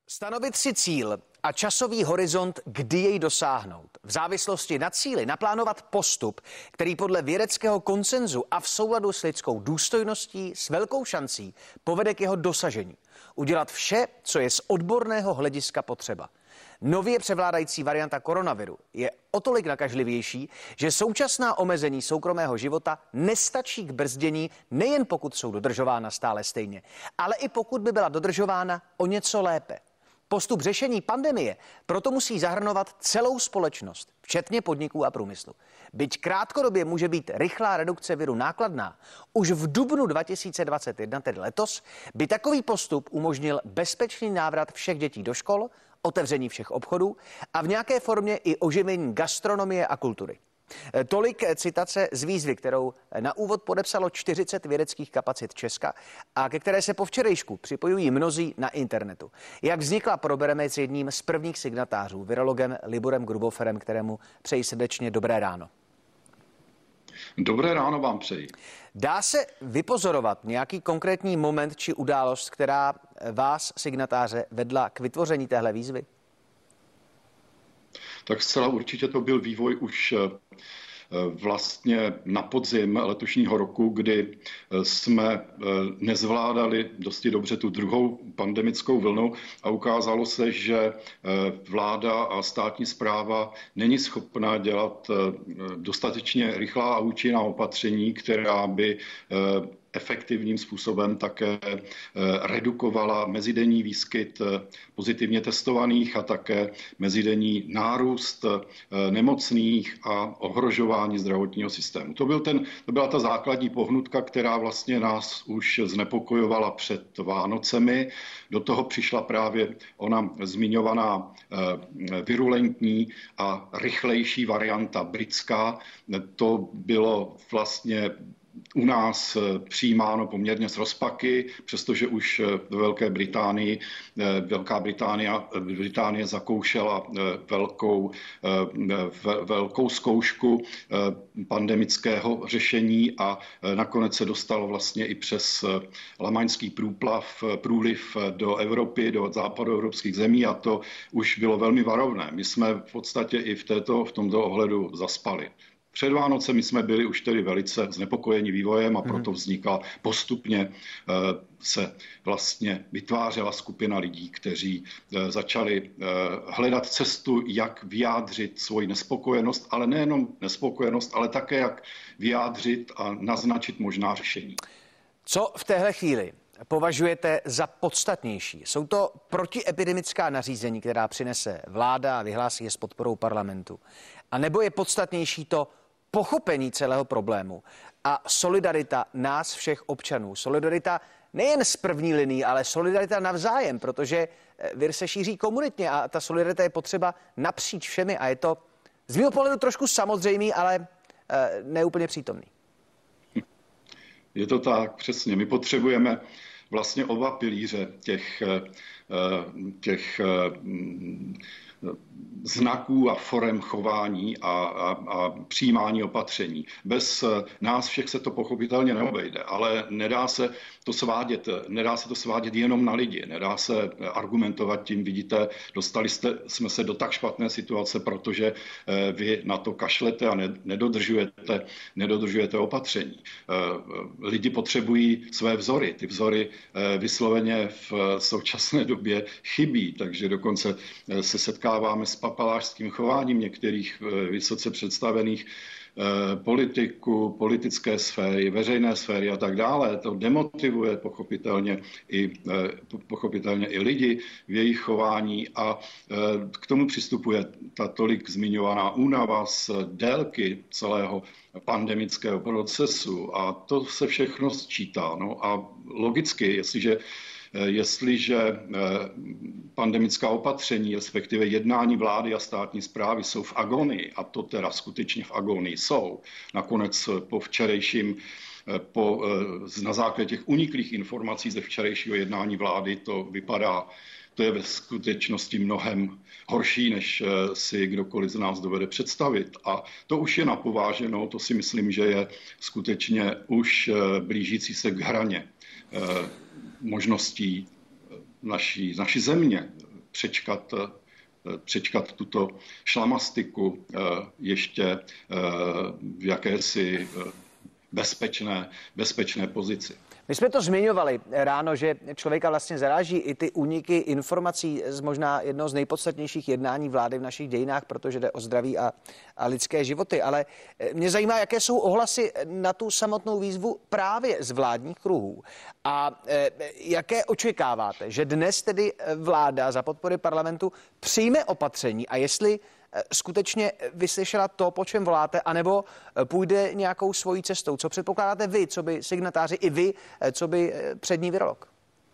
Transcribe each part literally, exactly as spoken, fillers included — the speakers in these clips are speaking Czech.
Stanovit si cíl a časový horizont, kdy jej dosáhnout. V závislosti na cíli naplánovat postup, který podle vědeckého konsenzu a v souladu s lidskou důstojností s velkou šancí povede k jeho dosažení. Udělat vše, co je z odborného hlediska potřeba. Nově převládající varianta koronaviru je o tolik nakažlivější, že současná omezení soukromého života nestačí k brzdění, nejen pokud jsou dodržována stále stejně, ale i pokud by byla dodržována o něco lépe. Postup řešení pandemie proto musí zahrnovat celou společnost, včetně podniků a průmyslu. Byť krátkodobě může být rychlá redukce viru nákladná, už v dubnu dva tisíce dvacet jedna, tedy letos, by takový postup umožnil bezpečný návrat všech dětí do škol, otevření všech obchodů a v nějaké formě i oživení gastronomie a kultury. Tolik citace z výzvy, kterou na úvod podepsalo čtyřicet vědeckých kapacit Česka a ke které se po včerejšku připojují mnozí na internetu. Jak vznikla, probereme s jedním z prvních signatářů, virologem Liborem Gruboferem, kterému přeji srdečně dobré ráno. Dobré ráno vám přeji. Dá se vypozorovat nějaký konkrétní moment či událost, která vás, signatáře, vedla k vytvoření téhle výzvy? Tak zcela určitě to byl vývoj už vlastně na podzim letošního roku, kdy jsme nezvládali dosti dobře tu druhou pandemickou vlnu a ukázalo se, že vláda a státní správa není schopná dělat dostatečně rychlá a účinná opatření, která by efektivním způsobem také redukovala mezidenní výskyt pozitivně testovaných a také mezidenní nárůst nemocných a ohrožování zdravotního systému. To, byl ten, to byla ta základní pohnutka, která vlastně nás už znepokojovala před Vánocemi. Do toho přišla právě ona zmiňovaná virulentní a rychlejší varianta britská. To bylo vlastně u nás přijímáno poměrně s rozpaky, přestože už ve Velké Británii, Velká Británie, Británie zakoušela velkou, velkou zkoušku pandemického řešení a nakonec se dostalo vlastně i přes lamaňský průplav, průliv do Evropy, do západoevropských zemí a to už bylo velmi varovné. My jsme v podstatě i v, této, v tomto ohledu zaspali. Před Vánocemi jsme byli už tedy velice znepokojeni vývojem a proto vznikla postupně se vlastně vytvářela skupina lidí, kteří začali hledat cestu, jak vyjádřit svoji nespokojenost, ale nejenom nespokojenost, ale také jak vyjádřit a naznačit možná řešení. Co v téhle chvíli považujete za podstatnější? Jsou to protiepidemická nařízení, která přinese vláda a vyhlásí je s podporou parlamentu? A nebo je podstatnější to pochopení celého problému a solidarita nás všech občanů? Solidarita nejen z první linii, ale solidarita navzájem, protože vir se šíří komunitně a ta solidarita je potřeba napříč všemi a je to z mého pohledu trošku samozřejmý, ale neúplně přítomný. Je to tak, přesně. My potřebujeme vlastně oba pilíře těch, těch znaků a forem chování a, a, a přijímání opatření. Bez nás všech se to pochopitelně neobejde, ale nedá se to svádět, nedá se to svádět jenom na lidi, nedá se argumentovat tím, vidíte, dostali jste, jsme se do tak špatné situace, protože vy na to kašlete a nedodržujete, nedodržujete opatření. Lidi potřebují své vzory, ty vzory vysloveně v současné době chybí, takže dokonce se setkáváme s papalášským chováním některých vysoce představených politiků, politické sféry, veřejné sféry a tak dále. To demotivuje pochopitelně i, pochopitelně i lidi v jejich chování a k tomu přistupuje ta tolik zmiňovaná únava z délky celého pandemického procesu a to se všechno sčítá. No a logicky, jestliže Jestliže pandemická opatření, respektive jednání vlády a státní správy jsou v agonii, a to teda skutečně v agonii jsou, nakonec po včerejším, po, na základě těch uniklých informací ze včerejšího jednání vlády to vypadá, to je ve skutečnosti mnohem horší, než si kdokoliv z nás dovede představit. A to už je napováženou, to si myslím, že je skutečně už blížící se k hraně možností naší, naší země. přečkat, přečkat tuto šlamastiku ještě v jakési bezpečné, bezpečné pozici. My jsme to zmiňovali ráno, že člověka vlastně zaráží i ty úniky informací z možná jednoho z nejpodstatnějších jednání vlády v našich dějinách, protože jde o zdraví a, a lidské životy. Ale mě zajímá, jaké jsou ohlasy na tu samotnou výzvu právě z vládních kruhů. A e, jaké očekáváte, že dnes tedy vláda za podpory parlamentu přijme opatření a jestli skutečně vyslyšela to, po čem voláte, anebo půjde nějakou svojí cestou? Co předpokládáte vy, co by signatáři, i vy, co by přední virolog?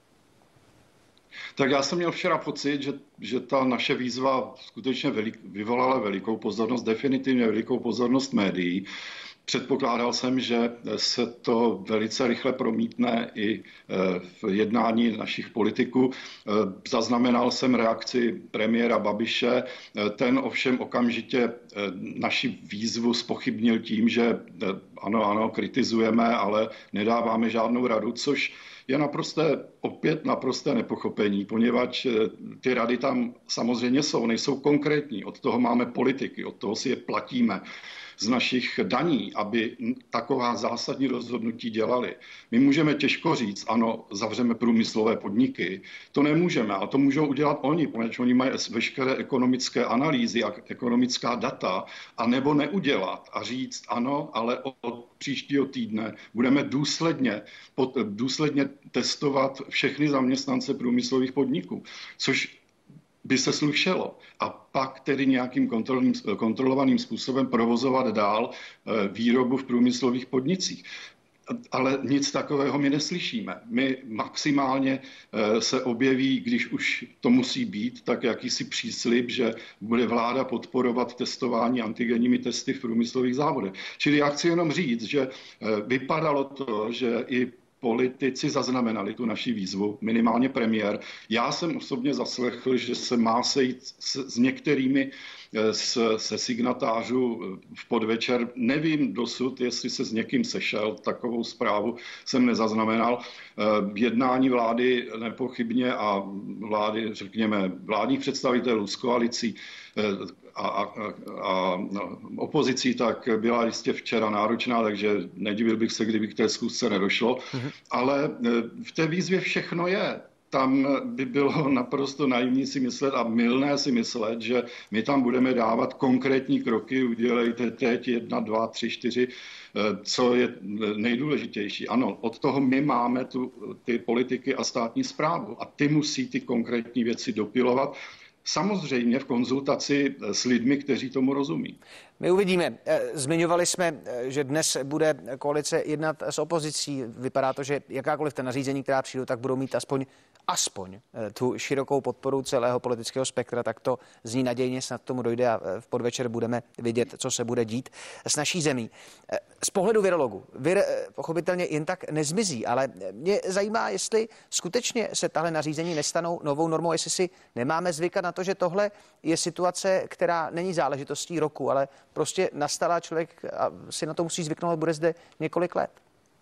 Tak já jsem měl včera pocit, že, že ta naše výzva skutečně velik, vyvolala velikou pozornost, definitivně velikou pozornost médií. Předpokládal jsem, že se to velice rychle promítne i v jednání našich politiků. Zaznamenal jsem reakci premiéra Babiše. Ten ovšem okamžitě naši výzvu zpochybnil tím, že ano, ano, kritizujeme, ale nedáváme žádnou radu, což je naprosté, opět naprosté nepochopení, poněvadž ty rady tam samozřejmě jsou, nejsou konkrétní. Od toho máme politiky, od toho si je platíme z našich daní, aby taková zásadní rozhodnutí dělali. My můžeme těžko říct, ano, zavřeme průmyslové podniky. To nemůžeme, ale to můžou udělat oni, protože oni mají veškeré ekonomické analýzy a ekonomická data, a nebo neudělat a říct, ano, ale od příštího týdne budeme důsledně, pod, důsledně testovat všechny zaměstnance průmyslových podniků, což by se slušelo. A pak tedy nějakým kontrolovaným způsobem provozovat dál výrobu v průmyslových podnicích. Ale nic takového my neslyšíme. My maximálně se objeví, když už to musí být, tak jakýsi příslib, že bude vláda podporovat testování antigenními testy v průmyslových závodech. Čili já chci jenom říct, že vypadalo to, že i politici zaznamenali tu naši výzvu, minimálně premiér. Já jsem osobně zaslechl, že se má sejít s, s některými s, se signatářů v podvečer. Nevím dosud, jestli se s někým sešel, takovou zprávu jsem nezaznamenal. Jednání vlády nepochybně a vlády, řekněme, vládních představitelů s koalicí a, a, a opozicí, tak byla jistě včera náročná, takže nedivil bych se, kdyby k té schůzce nedošlo. Mhm. Ale v té výzvě všechno je. Tam by bylo naprosto naivní si myslet a mylné si myslet, že my tam budeme dávat konkrétní kroky, udělejte teď jedna, dva, tři, čtyři, co je nejdůležitější. Ano, od toho my máme tu, ty politiky a státní správu a ty musí ty konkrétní věci dopilovat. Samozřejmě v konzultaci s lidmi, kteří tomu rozumí. My uvidíme. Zmiňovali jsme, že dnes bude koalice jednat s opozicí. Vypadá to, že jakákoliv ta nařízení, která přijdou, tak budou mít aspoň, aspoň tu širokou podporu celého politického spektra. Tak to zní nadějně, snad tomu dojde a v podvečer budeme vidět, co se bude dít s naší zemí. Z pohledu virologu, vir pochopitelně jen tak nezmizí, ale mě zajímá, jestli skutečně se tahle nařízení nestanou novou normou, jestli si nemáme zvykat na to, že tohle je situace, která není záležitostí roku, ale prostě nastala, člověk si na to musí zvyknout, bude zde několik let.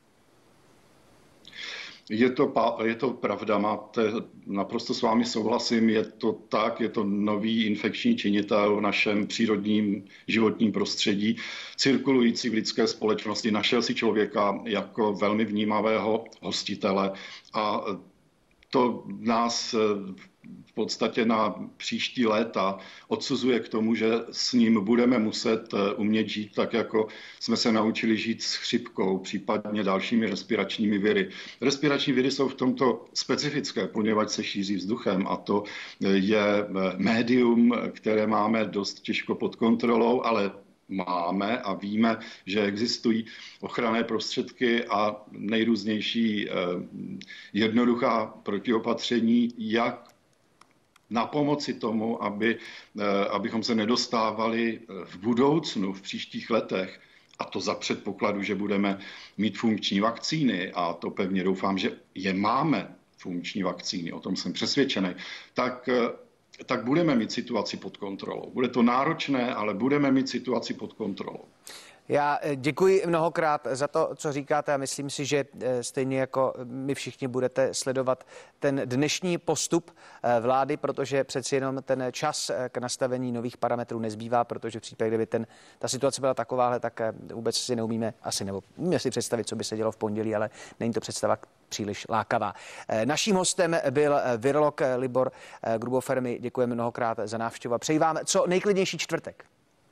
Je to, je to pravda, máte, naprosto s vámi souhlasím, je to tak, je to nový infekční činitel v našem přírodním životním prostředí, cirkulující v lidské společnosti. Našel si člověka jako velmi vnímavého hostitele a to nás v podstatě na příští léta odsuzuje k tomu, že s ním budeme muset umět žít tak, jako jsme se naučili žít s chřipkou, případně dalšími respiračními viry. Respirační viry jsou v tomto specifické, poněvadž se šíří vzduchem a to je médium, které máme dost těžko pod kontrolou, ale máme a víme, že existují ochranné prostředky a nejrůznější jednoduchá protiopatření, jak na pomoci tomu, aby, abychom se nedostávali v budoucnu, v příštích letech, a to za předpokladu, že budeme mít funkční vakcíny, a to pevně doufám, že je máme, funkční vakcíny, o tom jsem přesvědčený, tak tak budeme mít situaci pod kontrolou. Bude to náročné, ale budeme mít situaci pod kontrolou. Já děkuji mnohokrát za to, co říkáte a myslím si, že stejně jako my všichni budete sledovat ten dnešní postup vlády, protože přeci jenom ten čas k nastavení nových parametrů nezbývá, protože v případě, kdyby ten, ta situace byla takováhle, tak vůbec si neumíme asi, nebo umíme si představit, co by se dělo v pondělí, ale není to představa příliš lákavá. Naším hostem byl virolog Libor Grubofer. My děkujeme mnohokrát za návštěvu a přeji vám co nejklidnější čtvrtek.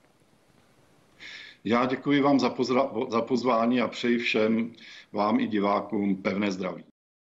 Já děkuji vám za, pozra- za pozvání a přeji všem vám i divákům pevné zdraví.